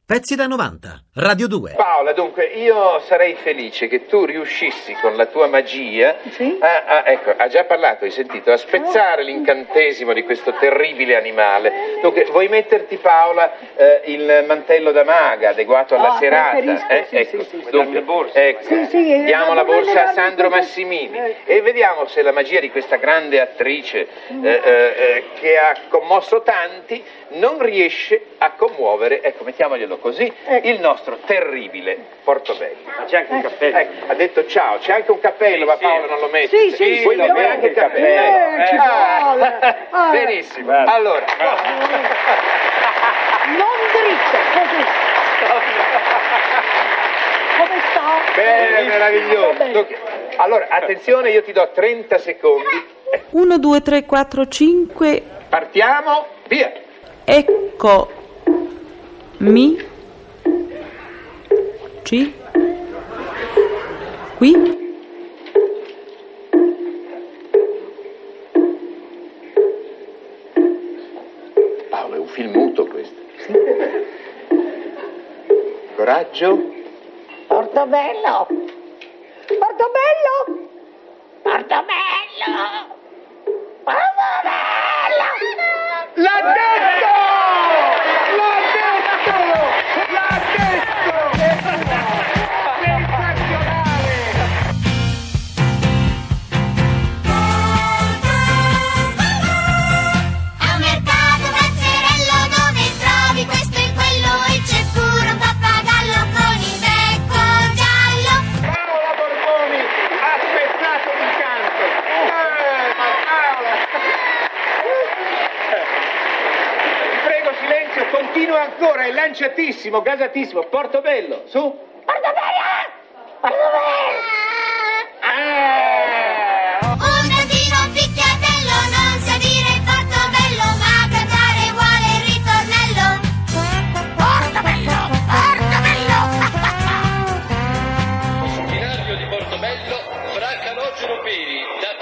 Pezzi da 90, Radio 2. Paola, dunque, io sarei felice che tu riuscissi con la tua magia ecco, ha già parlato, hai sentito, a spezzare l'incantesimo di questo terribile animale. Dunque, vuoi metterti, Paola, il mantello da maga adeguato alla serata? Ecco, dunque, diamo la borsa a Sandro Massimini e vediamo se la magia di questa grande attrice che ha commosso tanti non riesce a commuovere, ecco, mettiamoglielo così, il nostro terribile Portobello. Ma c'è anche un cappello. Ha detto ciao, c'è anche un cappello, ma Paolo non lo mette. Sì, Vuoi mettere anche il cappello? ci vuole. Benissimo, allora. Non dritto, così. Come sta? Bene, meraviglioso. Allora, attenzione, io ti do 30 secondi. 1, 2, 3, 4, 5. Partiamo, via. Ecco. Mi. Ci. Qui. Paolo, è un film muto questo. Coraggio. Portobello. Portobello. Portobello. Portobello. L'ha detto! L'ha detto! L'ha detto! Sensazionale! È un mercato Brazzerello dove trovi questo e quello e c'è pure un pappagallo con il becco giallo. Paola Borboni ha spezzato l'incanto! Ma Paola! Vi prego, silenzio, continua ancora, è lanciatissimo, gasatissimo. Portobello, su! Portobello. Portobello. Un tantino picchiatello, non sa dire Portobello, ma cantare vuole il ritornello. Portobello. Portobello. Binario di Portobello, fra Calogero Piri, da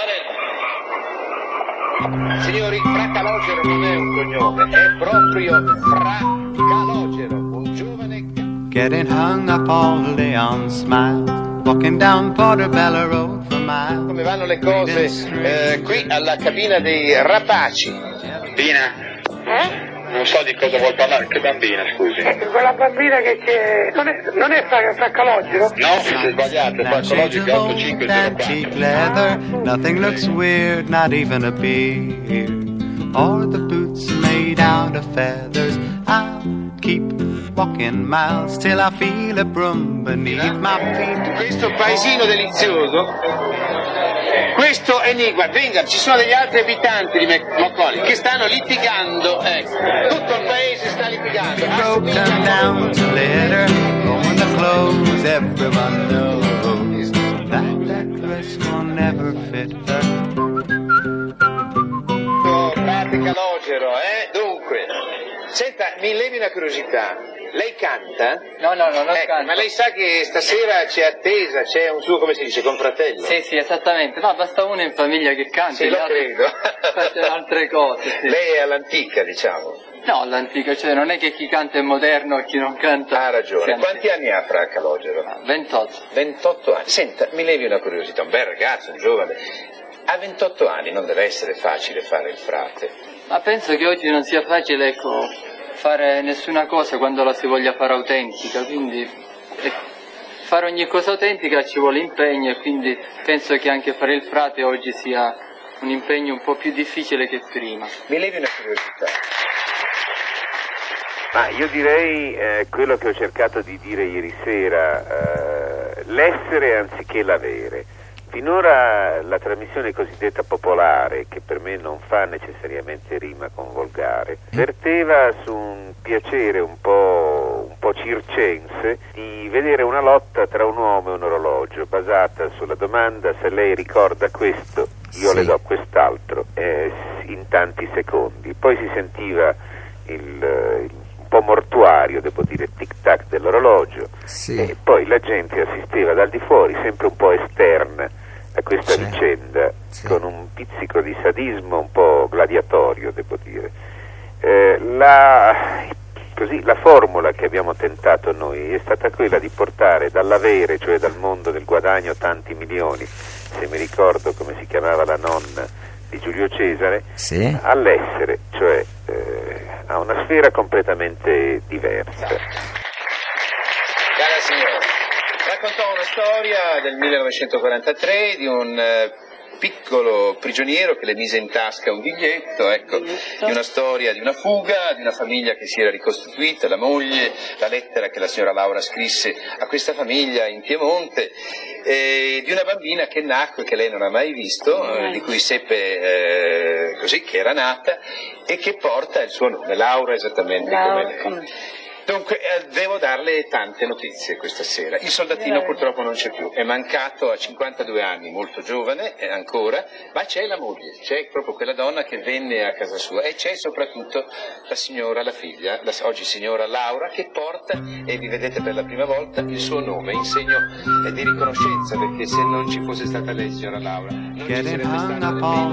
Palermo. Signori, Fra Calogero non è un cognome, è proprio Fra Calogero, un giovane... Getting hung up all day on smiles, walking down Portobello Road for miles. Come vanno le cose qui alla cabina dei rapaci? Bambina? Non so di cosa vuol parlare, che bambina, scusi? Quella bambina che non è fra Calogero? No, siete sbagliate, Now fa shades ecologica of old antique 8504. leather, nothing looks weird, not even a beard. Or the boots made out of feathers. I'll keep walking miles till I feel a broom beneath my feet. Questo paesino delizioso, questo enigma, venga, ci sono degli altri abitanti di Moccoli che stanno litigando, ecco, tutto il paese sta litigando. Broken down to leather, going the clothes everyone knows. That dress will never fit her. Frate Calogero, dunque, senta, mi levi una curiosità, lei canta? No, non canto. Ma lei sa che stasera c'è attesa, c'è un suo, come si dice, confratello? Sì, esattamente. No, basta uno in famiglia che canta. Sì, lo credo. Facciano altre cose, sì. Lei è all'antica, diciamo. No, l'antica, cioè non è che chi canta è moderno e chi non canta... Ha ragione. sia Quanti anni ha Fra Calogero? 28. 28 anni. Senta, mi levi una curiosità, un bel ragazzo, un giovane. A 28 anni non deve essere facile fare il frate. Ma penso che oggi non sia facile, ecco, fare nessuna cosa quando la si voglia fare autentica, quindi fare ogni cosa autentica ci vuole impegno e quindi penso che anche fare il frate oggi sia un impegno un po' più difficile che prima. Mi levi una curiosità. Ma io direi quello che ho cercato di dire ieri sera, l'essere anziché l'avere. Finora la trasmissione cosiddetta popolare, che per me non fa necessariamente rima con volgare, verteva su un piacere un po' circense di vedere una lotta tra un uomo e un orologio, basata sulla domanda: se lei ricorda questo, io le do quest'altro, in tanti secondi. Poi si sentiva un po' mortuario, devo dire, tic-tac dell'orologio, e poi la gente assisteva dal di fuori, sempre un po' esterna a questa vicenda, con un pizzico di sadismo un po' gladiatorio, devo dire. La formula che abbiamo tentato noi è stata quella di portare dall'avere, cioè dal mondo del guadagno, tanti milioni, se mi ricordo come si chiamava la nonna di Giulio Cesare, sì, all'essere, cioè a una sfera completamente diversa. Cara signora, raccontò una storia del 1943 di un piccolo prigioniero che le mise in tasca un biglietto, ecco, di una storia di una fuga, di una famiglia che si era ricostituita, la moglie, la lettera che la signora Laura scrisse a questa famiglia in Piemonte, di una bambina che nacque, che lei non ha mai visto, di cui seppe così che era nata e che porta il suo nome, Laura esattamente come lei. Dunque, devo darle tante notizie questa sera. Il soldatino purtroppo non c'è più, è mancato a 52 anni, molto giovane ancora, ma c'è la moglie, c'è proprio quella donna che venne a casa sua e c'è soprattutto la signora, la figlia, oggi signora Laura, che porta, e vi vedete per la prima volta, il suo nome in segno di riconoscenza, perché se non ci fosse stata lei, signora Laura, non ci sarebbe stata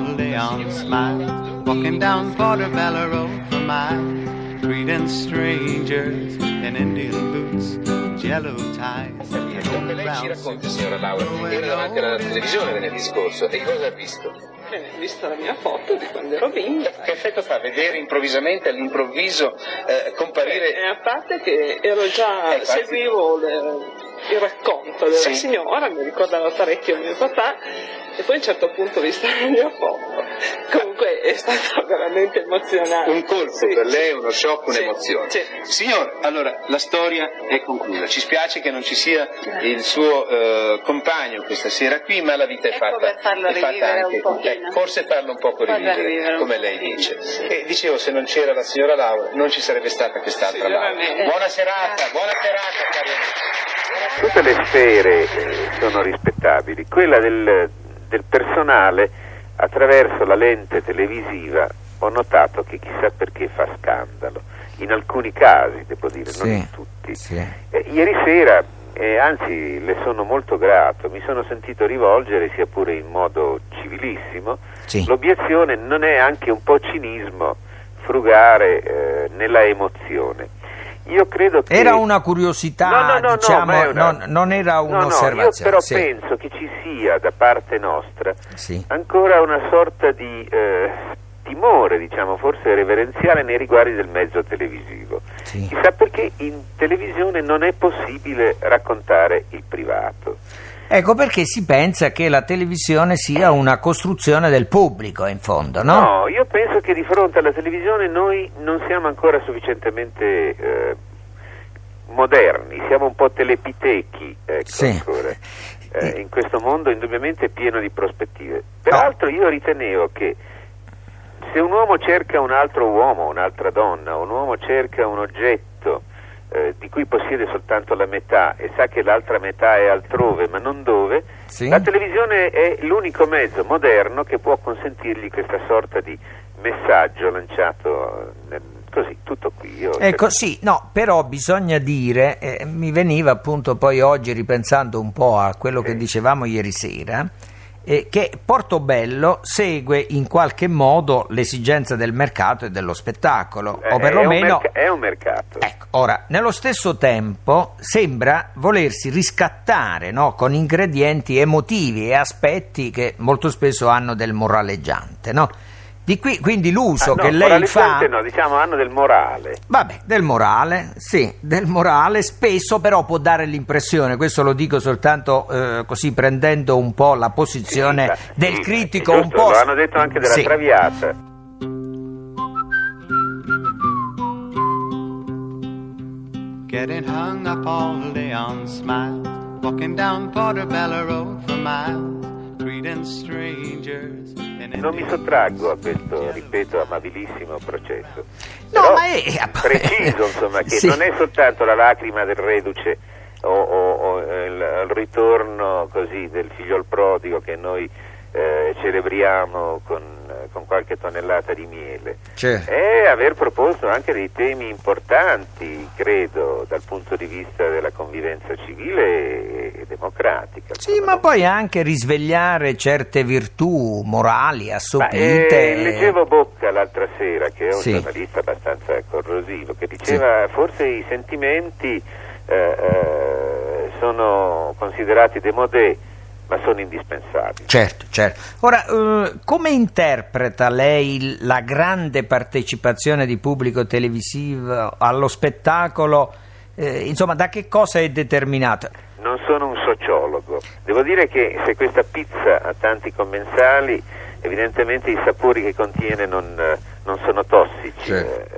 walking down Portobello Road for miles, greeting strangers in Indian boots, yellow ties. Dunque lei ci racconta, signora Laura, era davanti alla televisione venerdì scorso e cosa ha visto? Ho visto la mia foto di quando ero bimba. Che effetto fa vedere improvvisamente, all'improvviso, comparire? A parte che ero già, seguivo il racconto della signora, mi ricordava parecchio mio papà, e poi a un certo punto ho visto la mia foto. Comunque è stato veramente emozionante. Un colpo per lei, uno shock, un'emozione. Signor, allora la storia è conclusa. Ci spiace che non ci sia il suo compagno questa sera qui, ma la vita è fatta anche con te. Forse farlo un poco rivivere, come lei dice. E dicevo, se non c'era la signora Laura, non ci sarebbe stata quest'altra Laura. Buona serata, cari amici. Tutte le sfere sono rispettabili, quella del personale attraverso la lente televisiva ho notato che chissà perché fa scandalo, in alcuni casi devo dire, non in tutti. Ieri sera, anzi le sono molto grato, mi sono sentito rivolgere, sia pure in modo civilissimo, l'obiezione: non è anche un po' cinismo frugare nella emozione? Io credo che... Era una curiosità, non era un'osservazione. Io però penso che ci sia da parte nostra ancora una sorta di timore, diciamo, forse reverenziale nei riguardi del mezzo televisivo. Chissà perché in televisione non è possibile raccontare il privato. Ecco perché si pensa che la televisione sia una costruzione del pubblico, in fondo, no? No, io penso che di fronte alla televisione noi non siamo ancora sufficientemente moderni, siamo un po' telepitechi, ancora. In questo mondo indubbiamente pieno di prospettive. Peraltro io ritenevo che se un uomo cerca un altro uomo, un'altra donna, un uomo cerca un oggetto di cui possiede soltanto la metà e sa che l'altra metà è altrove ma non dove, la televisione è l'unico mezzo moderno che può consentirgli questa sorta di messaggio lanciato così, tutto qui. Ecco, però bisogna dire, mi veniva appunto poi oggi, ripensando un po' a quello che dicevamo ieri sera, che Portobello segue in qualche modo l'esigenza del mercato e dello spettacolo, o perlomeno è un mercato. Ecco, ora, nello stesso tempo sembra volersi riscattare, no, con ingredienti emotivi e aspetti che molto spesso hanno del moraleggiante, no? Di qui quindi l'uso che lei fa, hanno del morale. Vabbè, del morale spesso però può dare l'impressione, questo lo dico soltanto così prendendo un po' la posizione del critico, giusto, un po'. Lo hanno detto anche della Traviata. Getting hung up all day on smiles, walking down Portobello Road for miles, greeting strangers. Non mi sottraggo a questo, ripeto, amabilissimo processo. No, però ma è preciso, insomma, che non è soltanto la lacrima del reduce o il ritorno così del figliol prodigo che noi celebriamo con qualche tonnellata di miele. È aver proposto anche dei temi importanti, credo, dal punto di vista della convivenza civile e democratica. Ma poi anche risvegliare certe virtù morali assopite. Leggevo Bocca l'altra sera che che è un Sì. giornalista abbastanza corrosivo, che diceva forse i sentimenti sono considerati démodé, ma sono indispensabili. Certo. Ora, come interpreta lei la grande partecipazione di pubblico televisivo allo spettacolo? Insomma, da che cosa è determinata? Non sono un sociologo. Devo dire che se questa pizza ha tanti commensali, evidentemente i sapori che contiene non sono tossici.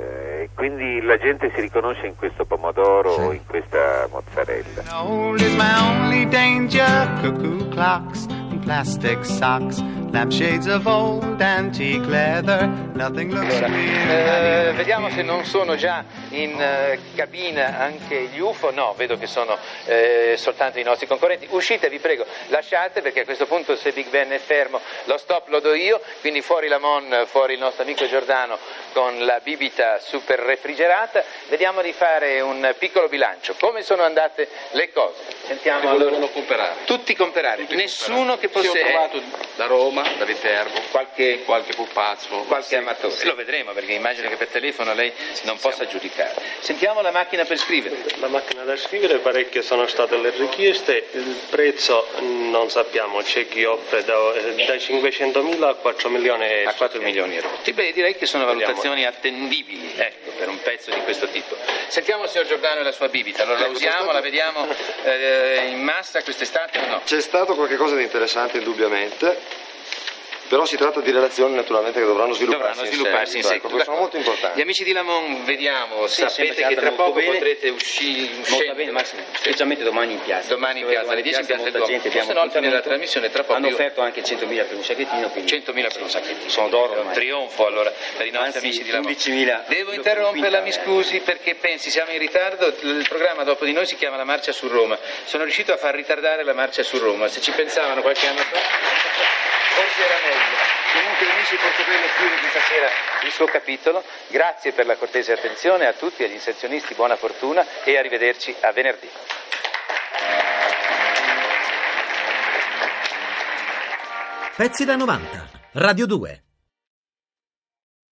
Quindi la gente si riconosce in questo pomodoro o in questa mozzarella. Old is my only danger, cuckoo clocks and plastic socks, lampshades of old antique leather, nothing looks Allora, vediamo se non sono già in cabina anche gli UFO. No, vedo che sono soltanto i nostri concorrenti. Uscite, vi prego, lasciate, perché a questo punto se Big Ben è fermo lo stop lo do io, quindi fuori la Mon, fuori il nostro amico Giordano con la bibita super refrigerata. Vediamo di fare un piccolo bilancio. Come sono andate le cose? Sentiamo allora. Comprare. Tutti comprare, nessuno che fosse... Sì, ho trovato da Roma, da Viterbo, qualche pupazzo, qualche amatore. Lo vedremo, perché immagino che per telefono lei non possa giudicare. Sentiamo la macchina per scrivere. La macchina da scrivere, parecchie sono state le richieste, il prezzo non sappiamo, c'è chi offre dai 500.000 a 4 milioni a 4 milioni euro. Beh, direi che sono valutazioni attendibili, ecco, per un pezzo di questo tipo. Sentiamo il signor Giordano e la sua bibita. Allora la usiamo, la vediamo in massa quest'estate o no? C'è stato qualcosa di interessante indubbiamente, però si tratta di relazioni naturalmente che dovranno svilupparsi in seguito. Ecco, sono molto importanti. Gli amici di Lamon, vediamo, sapete che tra poco potrete uscire bene, Massimo, specialmente domani in piazza. Domani in piazza, alle 10 in piazza del Duomo. Se no al fine della trasmissione tra poco hanno offerto anche 100.000 per un sacchettino, quindi 100.000 per un sacchettino. Sono d'oro, un trionfo allora per i nostri amici di Lamon. 11.000. Devo interromperla, mi scusi, perché pensi siamo in ritardo, il programma dopo di noi si chiama La Marcia su Roma. Sono riuscito a far ritardare la Marcia su Roma. Se ci pensavano qualche anno fa forse era meglio. Comunque amici, Portobello chiude questa sera il suo capitolo. Grazie per la cortese attenzione a tutti, agli inserzionisti, buona fortuna e arrivederci a venerdì. Pezzi da 90, Radio 2.